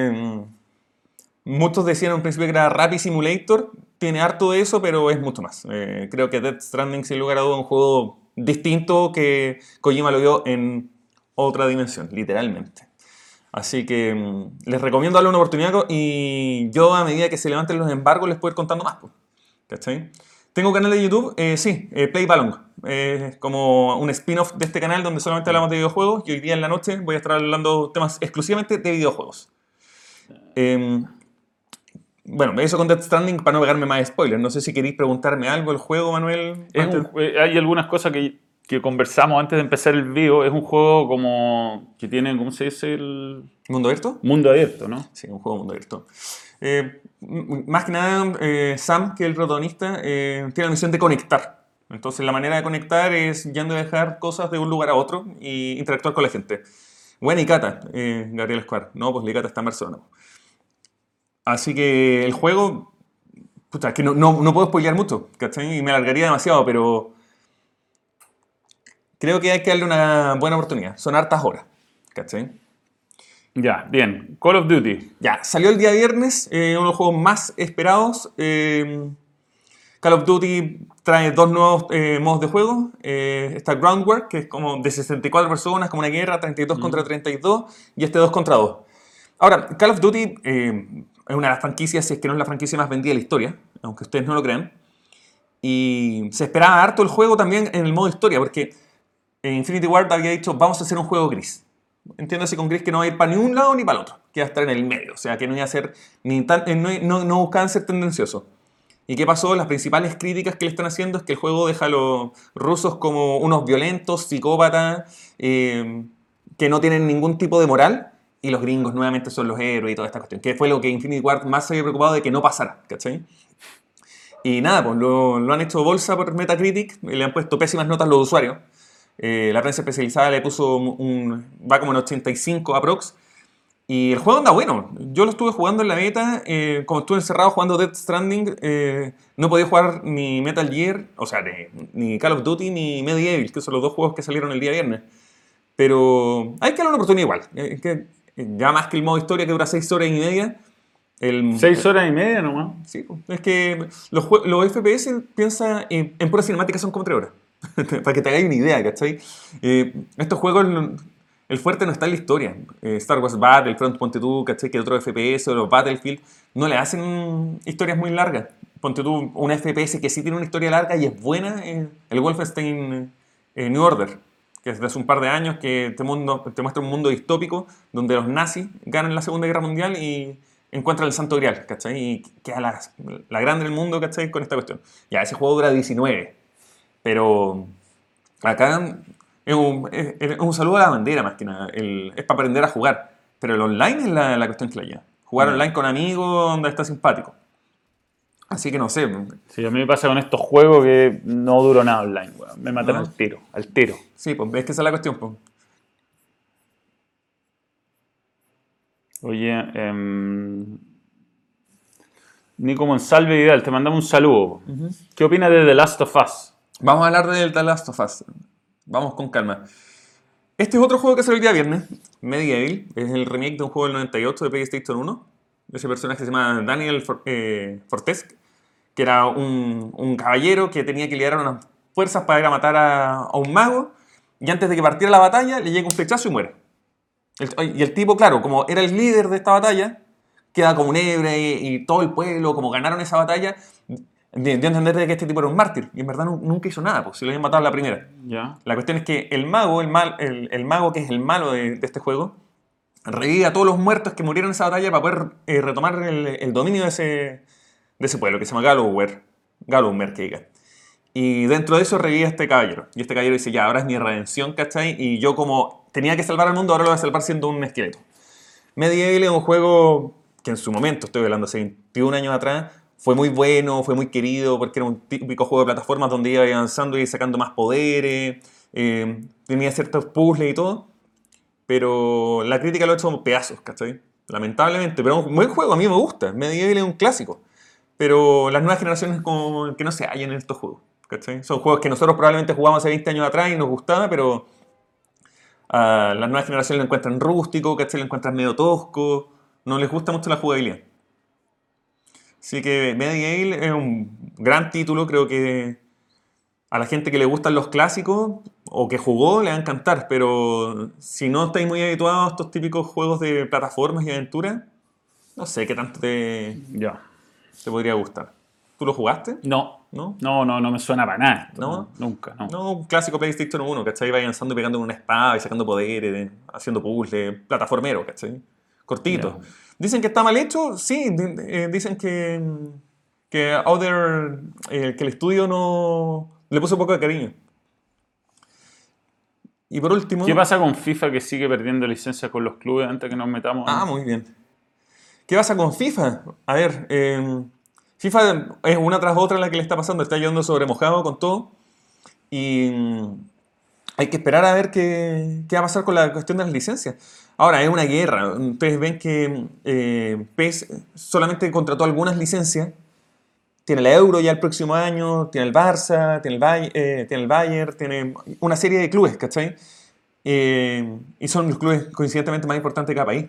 Muchos decían en un principio que era Rapid Simulator. Tiene harto de eso, pero es mucho más. Creo que Death Stranding, sin lugar a dudas, es un juego distinto que Kojima lo vio en otra dimensión, literalmente. Así que les recomiendo darle una oportunidad y yo a medida que se levanten los embargos les puedo ir contando más. ¿Cachai? Tengo un canal de YouTube, sí, Play Balong. Como un spin-off de este canal donde solamente hablamos de videojuegos y hoy día en la noche voy a estar hablando temas exclusivamente de videojuegos. Bueno, eso con Death Stranding para no pegarme más spoilers. No sé si queréis preguntarme algo del juego, Manuel. Hay algunas cosas que conversamos antes de empezar el video. Es un juego como que tiene, ¿cómo se dice? ¿Mundo abierto? Mundo abierto, ¿no? Sí, un juego mundo abierto. Más que nada, Sam, que es el protagonista, tiene la misión de conectar. Entonces la manera de conectar es yendo a dejar cosas de un lugar a otro y interactuar con la gente. Bueno, y Cata, Gabriel Escobar. No, pues Licata está en Barcelona. Así que el juego, puta, que no puedo spoilear mucho, ¿cachai? Y me alargaría demasiado, pero creo que hay que darle una buena oportunidad. Son hartas horas, ¿cachai? Ya, bien. Call of Duty. Ya, salió el día viernes, uno de los juegos más esperados. Call of Duty trae dos nuevos modos de juego. Está Groundwork, que es como de 64 personas, como una guerra, 32 contra 32, y este 2 contra 2. Ahora, Call of Duty es una de las franquicias, si es que no es la franquicia más vendida de la historia, aunque ustedes no lo crean. Y se esperaba harto el juego también en el modo historia, porque Infinity Ward había dicho, vamos a hacer un juego gris. Entiéndase con gris que no va a ir para ni un lado ni para el otro, que va a estar en el medio, o sea, que no iba a ser ni tan, no buscaban ser tendencioso. ¿Y qué pasó? Las principales críticas que le están haciendo es que el juego deja a los rusos como unos violentos, psicópatas, que no tienen ningún tipo de moral, y los gringos nuevamente son los héroes y toda esta cuestión, que fue lo que Infinity Ward más se había preocupado de que no pasara, ¿cachai? Y nada, pues lo han hecho bolsa por Metacritic, le han puesto pésimas notas los usuarios. La prensa especializada le puso va como en 85 aprox. Y el juego anda bueno. Yo lo estuve jugando en la beta. Como estuve encerrado jugando Death Stranding, no podía jugar ni Metal Gear, o sea, ni Call of Duty, ni Medieval, que son los dos juegos que salieron el día viernes. Pero hay que darle una oportunidad igual. Ya más que el modo historia que dura 6 horas y media. 6 horas y media nomás. Sí, es que los FPS, piensa en pura cinemática, son como 3 horas. Para que te hagáis una idea, ¿cachai? Estos juegos, el fuerte no está en la historia. Star Wars Battlefront, ponte tú, ¿cachai? Que otro FPS o los Battlefield no le hacen historias muy largas. Ponte tú un FPS que sí tiene una historia larga y es buena, el Wolfenstein New Order, que es de hace un par de años, que te muestra un mundo distópico donde los nazis ganan la Segunda Guerra Mundial y encuentran el Santo Grial, ¿cachai? Y queda la grande del mundo, ¿cachai? Con esta cuestión. Ya, ese juego dura 19. Pero acá es un saludo a la bandera más que nada. Es para aprender a jugar. Pero el online es la cuestión que la lleva. Jugar online con amigos donde está simpático. Así que no sé. Sí, a mí me pasa con estos juegos que no duro nada online, weón. Me matan al tiro. Sí, pues es que esa es la cuestión, pues. Oye, Nico Monsalve Vidal, te mandamos un saludo. ¿Qué opinas de The Last of Us? Vamos a hablar de The Last of Us. Vamos con calma. Este es otro juego que salió el día viernes, Medieval. Es el remake de un juego del 98 de PlayStation 1. Ese personaje se llama Daniel Fortesque, que era un caballero que tenía que liderar unas fuerzas para ir a matar a un mago. Y antes de que partiera la batalla, le llega un flechazo y muere. Y el tipo, claro, como era el líder de esta batalla, queda como un héroe y todo el pueblo, como ganaron esa batalla, dio a entender de que este tipo era un mártir. Y en verdad nunca hizo nada, pues, si lo habían matado en la primera. Ya. La cuestión es que el mago, el mago que es el malo de este juego, revive a todos los muertos que murieron en esa batalla para poder retomar el dominio de ese pueblo, que se llama Gallowmer, que diga. Y dentro de eso revive a este caballero. Y este caballero dice, ya, ahora es mi redención, ¿cachai? Y yo como tenía que salvar al mundo, ahora lo voy a salvar siendo un esqueleto. Medieval es un juego que en su momento, estoy hablando hace 21 años atrás, fue muy bueno, fue muy querido, porque era un típico juego de plataformas donde iba avanzando y sacando más poderes, tenía ciertos puzzles y todo, pero la crítica lo ha hecho pedazos, ¿cachai? Lamentablemente, pero es un buen juego, a mí me gusta, Medieval es un clásico, pero las nuevas generaciones como que no se hallan en estos juegos, ¿cachai? Son juegos que nosotros probablemente jugamos hace 20 años atrás y nos gustaba, pero las nuevas generaciones lo encuentran rústico, ¿cachai? Lo encuentran medio tosco, no les gusta mucho la jugabilidad. Así que Medieval es un gran título, creo que a la gente que le gustan los clásicos o que jugó le va a encantar, pero si no estáis muy habituados a estos típicos juegos de plataformas y aventuras, no sé qué tanto Ya. te podría gustar. ¿Tú lo jugaste? No. ¿No? No me suena para nada. ¿No? Nunca, no. No, un clásico PlayStation 1, ¿cachai? Va avanzando y pegando con una espada y sacando poderes, haciendo puzzles, plataformero, ¿cachai? Cortito. Ya. ¿Dicen que está mal hecho? Sí, dicen que Other, que el estudio no le puso poco de cariño. Y por último... ¿Qué pasa con FIFA que sigue perdiendo licencia con los clubes antes que nos metamos? Ah, muy bien. ¿Qué pasa con FIFA? A ver, FIFA es una tras otra la que le está pasando, está yendo sobre mojado con todo. Y hay que esperar a ver qué va a pasar con la cuestión de las licencias. Ahora, es una guerra. Ustedes ven que PES solamente contrató algunas licencias. Tiene la Euro ya el próximo año, tiene el Barça, tiene el Bayern, tiene una serie de clubes, ¿cachai? Y son los clubes coincidentemente más importantes de cada país.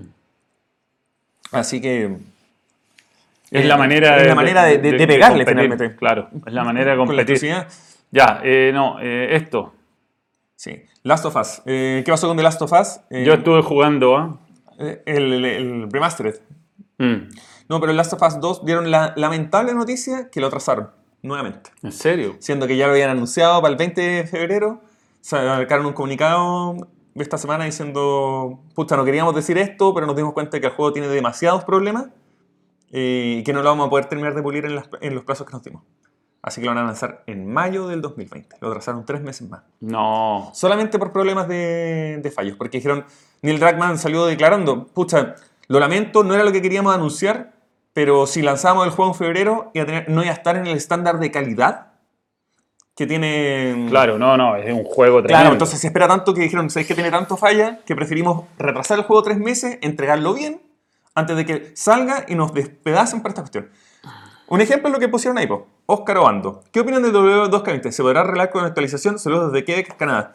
Así que... Es la manera de pegarle, competir, finalmente. Claro, es la manera de Con la competir. electricidad. Ya, esto. Sí. Last of Us. ¿Qué pasó con The Last of Us? Yo estuve jugando, el remastered. Mm. No, pero el Last of Us 2 dieron la lamentable noticia que lo atrasaron nuevamente. ¿En serio? Siendo que ya lo habían anunciado para el 20 de febrero, sacaron un comunicado esta semana diciendo, pucha, no queríamos decir esto, pero nos dimos cuenta de que el juego tiene demasiados problemas y que no lo vamos a poder terminar de pulir en los plazos que nos dimos. Así que lo van a lanzar en mayo del 2020. Lo atrasaron 3 meses más. No. Solamente por problemas de fallos. Porque dijeron, Neil Druckmann salió declarando, pucha, lo lamento, no era lo que queríamos anunciar, pero si lanzábamos el juego en febrero, no iba a estar en el estándar de calidad que tiene... Claro, no, es un juego tremendo. Claro, entonces se espera tanto que dijeron, ¿sabéis que tiene tanto falla? Que preferimos retrasar el juego 3 meses, entregarlo bien, antes de que salga y nos despedacen por esta cuestión. Un ejemplo es lo que pusieron ahí, Óscar Obando. ¿Qué opinan del W2K20? ¿Se podrá arreglar con la actualización? Saludos desde Quebec, Canadá.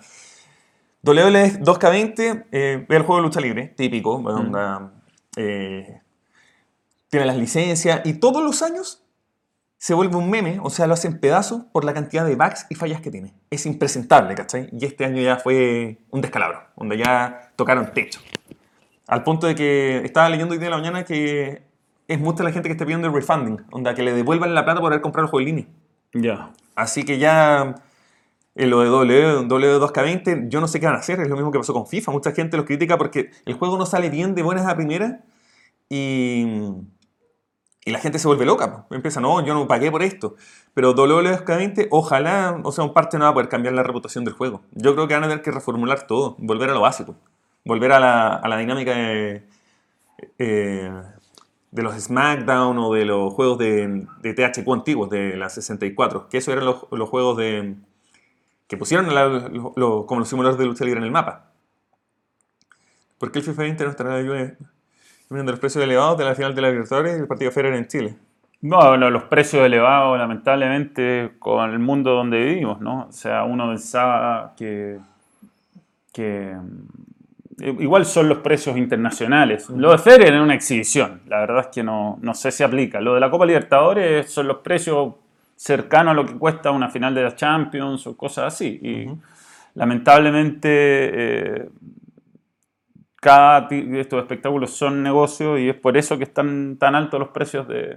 W2K20 es el juego de lucha libre, típico. Tiene las licencias y todos los años se vuelve un meme, o sea, lo hacen pedazos por la cantidad de bugs y fallas que tiene. Es impresentable, ¿cachai? Y este año ya fue un descalabro, donde ya tocaron techo. Al punto de que estaba leyendo hoy día de la mañana que es mucha la gente que está pidiendo el refunding, onda que le devuelvan la plata por haber comprado el juego en línea. Ya. Así que ya lo de W2K20, yo no sé qué van a hacer, es lo mismo que pasó con FIFA. Mucha gente los critica porque el juego no sale bien de buenas a primeras y la gente se vuelve loca. Empieza, no, yo no pagué por esto. Pero W2K20, ojalá, o sea, un parte no va a poder cambiar la reputación del juego. Yo creo que van a tener que reformular todo, volver a lo básico, volver a la dinámica de los SmackDown o de los juegos de THQ antiguos, de la 64, que esos eran los juegos que pusieron como los simuladores de lucha libre en el mapa. ¿Por qué el FIFA 20 no estará de Vienen de los precios elevados de la final de la Libertadores y el partido Federer en Chile. No, los precios elevados, lamentablemente, con el mundo donde vivimos, ¿no? O sea, uno pensaba que igual son los precios internacionales. Lo de Federer era una exhibición, la verdad es que no sé si aplica. Lo de la Copa Libertadores son los precios cercanos a lo que cuesta una final de la Champions o cosas así. Y lamentablemente cada de estos espectáculos son negocios y es por eso que están tan altos los precios de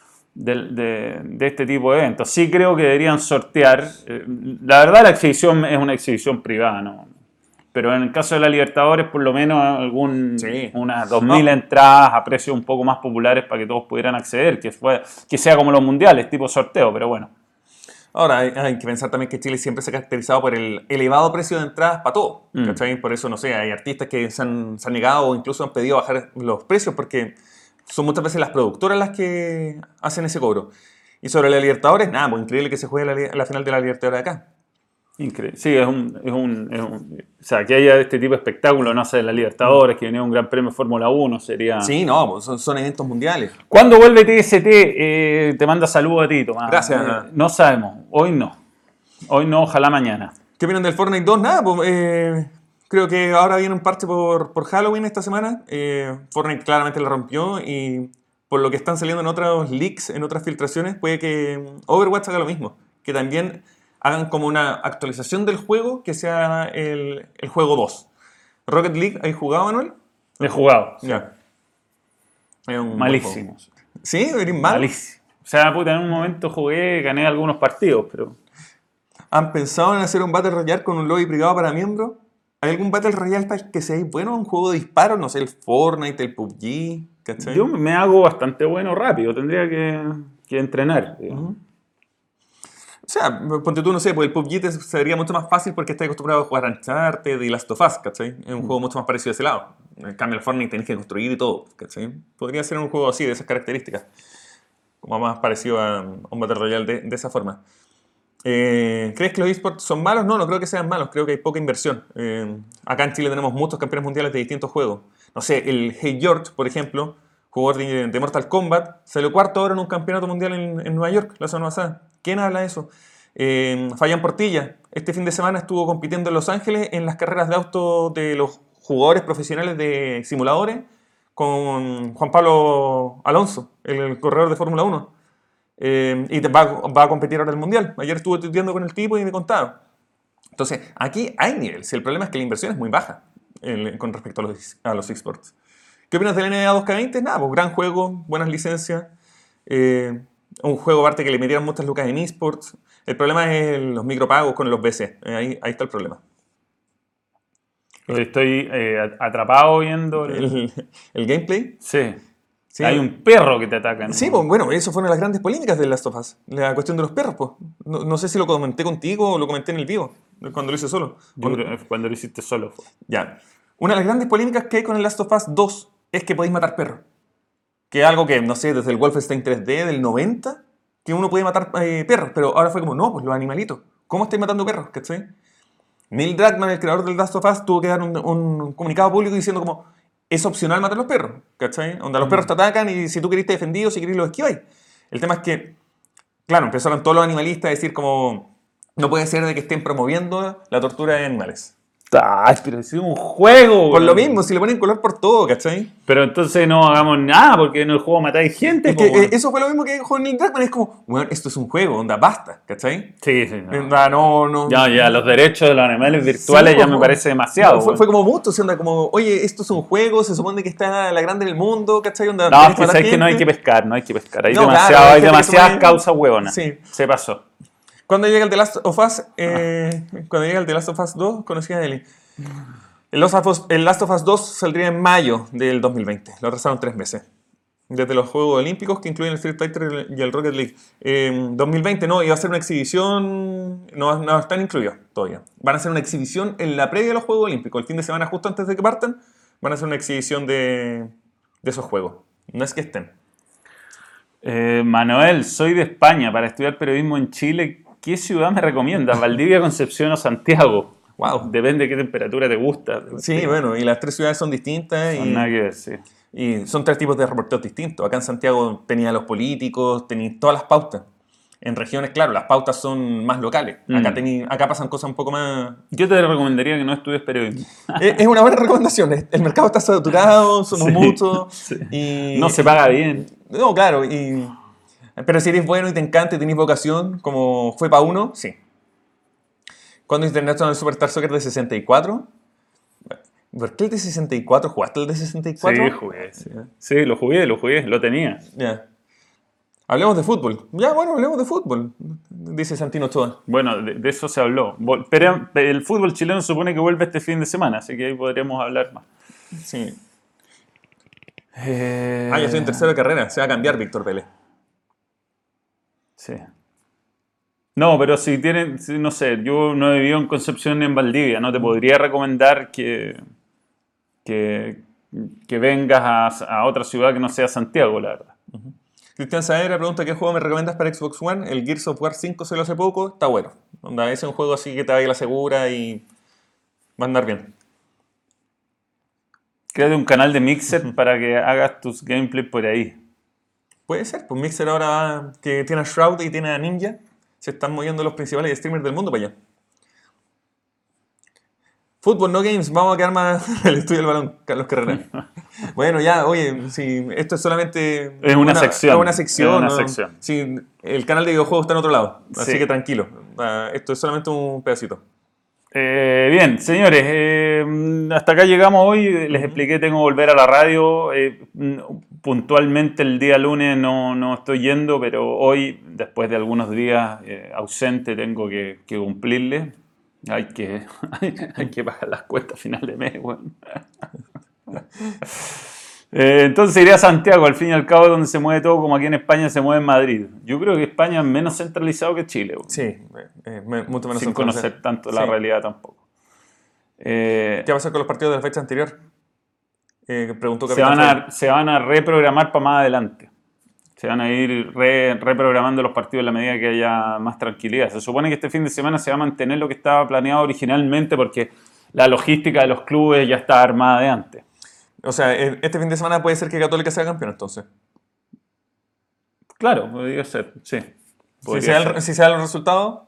este tipo de eventos. Sí creo que deberían sortear. La verdad la exhibición es una exhibición privada, ¿no? Pero en el caso de la Libertadores, por lo menos unas 2.000 entradas a precios un poco más populares para que todos pudieran acceder, que sea como los mundiales, tipo sorteo, pero bueno. Ahora, hay que pensar también que Chile siempre se ha caracterizado por el elevado precio de entradas para todo. ¿Cachai? Por eso, no sé, hay artistas que se han negado o incluso han pedido bajar los precios porque son muchas veces las productoras las que hacen ese cobro. Y sobre la Libertadores, nada, pues increíble que se juegue la final de la Libertadores acá. Increíble. Sí, o sea, que haya este tipo de espectáculo, no sé, la Libertadores, que venía un gran premio Fórmula 1, sería... Sí, no, pues son eventos mundiales. ¿Cuándo vuelve TST? Te manda saludos a ti, Tomás. Gracias. No sabemos, hoy no, ojalá mañana. ¿Qué opinan del Fortnite 2? Nada, pues creo que ahora viene un parche por Halloween esta semana. Fortnite claramente la rompió y por lo que están saliendo en otros leaks, en otras filtraciones, puede que Overwatch haga lo mismo. Que también hagan como una actualización del juego que sea el juego 2. Rocket League, ¿has jugado, Manuel? He jugado. Ya. Malísimo. ¿Sí? ¿Eres mal? Malísimo. O sea, puta, en un momento jugué, gané algunos partidos, pero... ¿Han pensado en hacer un Battle Royale con un lobby privado para miembros? ¿Hay algún Battle Royale que sea bueno? ¿Un juego de disparos? No sé, el Fortnite, el PUBG, ¿cachai? Yo me hago bastante bueno rápido, tendría que entrenar. O sea, ponte tú, no sé, pues el PUBG te sería mucho más fácil porque estás acostumbrado a jugar Uncharted y Last of Us, ¿cachai? Es un juego mucho más parecido a ese lado. En cambio, el Fortnite tenés que construir y todo, ¿cachai? Podría ser un juego así, de esas características. Como más parecido a un Battle Royale de esa forma. ¿Crees que los esports son malos? No creo que sean malos, creo que hay poca inversión. Acá en Chile tenemos muchos campeones mundiales de distintos juegos. No sé, el Hey George, por ejemplo, jugador de Mortal Kombat, salió cuarto ahora en un campeonato mundial en Nueva York, la semana pasada. ¿Quién habla de eso? Fabián Portilla, este fin de semana estuvo compitiendo en Los Ángeles en las carreras de auto de los jugadores profesionales de simuladores con Juan Pablo Alonso, el corredor de Fórmula 1. Y va a competir ahora en el Mundial. Ayer estuve tuiteando con el tipo y me contaba. Entonces, aquí hay nivel. Si el problema es que la inversión es muy baja con respecto a los esports. ¿Qué opinas del NBA 2K20? Nada, pues gran juego, buenas licencias. Un juego aparte que le metieron muchas lucas en esports. El problema es los micropagos con los BC. Ahí está el problema. Estoy atrapado viendo ¿El gameplay? Sí. Sí. Hay un perro que te ataca, ¿no? Sí, pues bueno, eso fue una de las grandes polémicas de Last of Us. La cuestión de los perros, pues. No sé si lo comenté contigo o lo comenté en el vivo, cuando lo hice solo. Cuando lo hiciste solo fue. Ya. Una de las grandes polémicas que hay con el Last of Us 2 es que podéis matar perros. Que es algo que, no sé, desde el Wolfenstein 3D del 90, que uno puede matar perros. Pero ahora fue como, no, pues los animalitos. ¿Cómo estáis matando perros? ¿Cachai? Neil Druckmann, el creador del Last of Us, tuvo que dar un comunicado público diciendo como, es opcional matar a los perros, ¿cachai? Donde los perros te atacan y si tú querés te defendido, si querés los esquiváis. El tema es que, claro, empezaron todos los animalistas a decir como, no puede ser de que estén promoviendo la tortura de animales. Ay, pero es un juego. Por lo mismo, si le ponen color por todo, ¿cachai? Pero entonces no hagamos nada porque en el juego matáis gente. Es que eso fue lo mismo que dijo Neil Druckmann, es como, bueno, esto es un juego, onda, basta, ¿cachai? Sí. No. Ya, los derechos de los animales virtuales sí, ya me parece demasiado. Fue como mucho, onda, como, oye, esto es un juego, se supone que está la grande en el mundo, ¿cachai? Onda, no, es que sabes que no hay que pescar. Hay no, hay demasiadas causas huevonas. Sí. Se pasó. Cuando llega el The Last of Us, cuando llega el The Last of Us 2, conocí a Eli. El Last of Us 2 saldría en mayo del 2020. Lo retrasaron 3 meses. Desde los Juegos Olímpicos, que incluyen el Street Fighter y el Rocket League. 2020 no, iba a ser una exhibición. No están incluidos todavía. Van a hacer una exhibición en la previa de los Juegos Olímpicos. El fin de semana, justo antes de que partan, van a hacer una exhibición de esos juegos. No es que estén. Manuel, soy de España. Para estudiar periodismo en Chile, ¿qué ciudad me recomiendas? ¿Valdivia, Concepción o Santiago? Wow. Depende de qué temperatura te gusta. Sí, bueno, y las 3 ciudades son distintas. Son nada que ver, sí. Y son 3 tipos de reporteos distintos. Acá en Santiago tenía los políticos, tenía todas las pautas. En regiones, claro, las pautas son más locales. Acá pasan cosas un poco más... Yo te recomendaría que no estudies periodismo. Es una buena recomendación. El mercado está saturado, somos Sí, muchos. sí. Y, No se paga bien. No, claro. Pero si eres bueno y te encanta y tenés vocación, como fue para uno, sí. ¿Cuándo internaste en el Superstar Soccer de 64? ¿Por qué el de 64? ¿Jugaste el de 64? Sí, jugué. Sí, lo jugué, lo tenía. Ya. Hablemos de fútbol. Ya, bueno, hablemos de fútbol, dice Santino Ochoa. Bueno, de eso se habló. Pero el fútbol chileno supone que vuelve este fin de semana, así que ahí podríamos hablar más. Sí. Yo estoy en tercera carrera. Se va a cambiar Víctor Vélez. Sí. No, pero si tienen, no sé, yo no he vivido en Concepción ni en Valdivia, no te podría recomendar que vengas a otra ciudad que no sea Santiago, la verdad. Cristian Saavedra pregunta qué juego me recomiendas para Xbox One. El Gears of War 5 se lo hace poco, está bueno. Onda, ese es un juego así que te va a ir la segura y va a andar bien. Créate un canal de Mixer para que hagas tus gameplays por ahí. Puede ser, pues Mixer ahora que tiene a Shroud y tiene a Ninja, se están moviendo los principales streamers del mundo para allá. Fútbol, no games, vamos a quedar más el estudio del balón, Carlos Carrera. Bueno, ya, oye, si esto es solamente... Es una sección. Es una sección. Es una ¿no? sección. Sí, el canal de videojuegos está en otro lado, así Sí. que tranquilo. Esto es solamente un pedacito. Bien, señores, hasta acá llegamos hoy. Les expliqué, tengo que volver a la radio. Puntualmente el día lunes no estoy yendo, pero hoy, después de algunos días ausente, tengo que cumplirle. Hay que pagar las cuentas a final de mes, bueno. Entonces iré a Santiago, al fin y al cabo, donde se mueve todo, como aquí en España se mueve en Madrid. Yo creo que España es menos centralizado que Chile, bueno. Sí, mucho menos Sin conocer tanto la realidad tampoco. ¿Qué va a pasar con los partidos de la fecha anterior? Preguntó se Capitán van a reprogramar para más adelante. Se van a ir reprogramando los partidos en la medida que haya más tranquilidad. Se supone que este fin de semana se va a mantener lo que estaba planeado originalmente porque la logística de los clubes ya está armada de antes. O sea, este fin de semana puede ser que Católica sea campeón, entonces. Claro, podría ser, sí. Si se dan los resultados.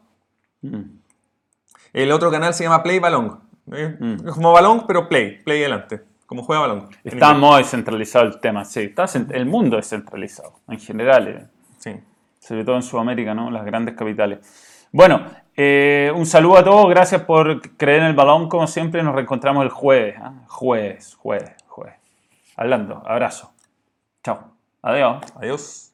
El otro canal se llama Play Balón. Como Balón, pero Play adelante. Como juega Balón. Está muy descentralizado el tema, sí. El mundo descentralizado, en general. Sí. Sobre todo en Sudamérica, ¿no? Las grandes capitales. Bueno, un saludo a todos. Gracias por creer en el balón, como siempre. Nos reencontramos el jueves. Jueves. Hablando. Abrazo. Chao. Adiós. Adiós.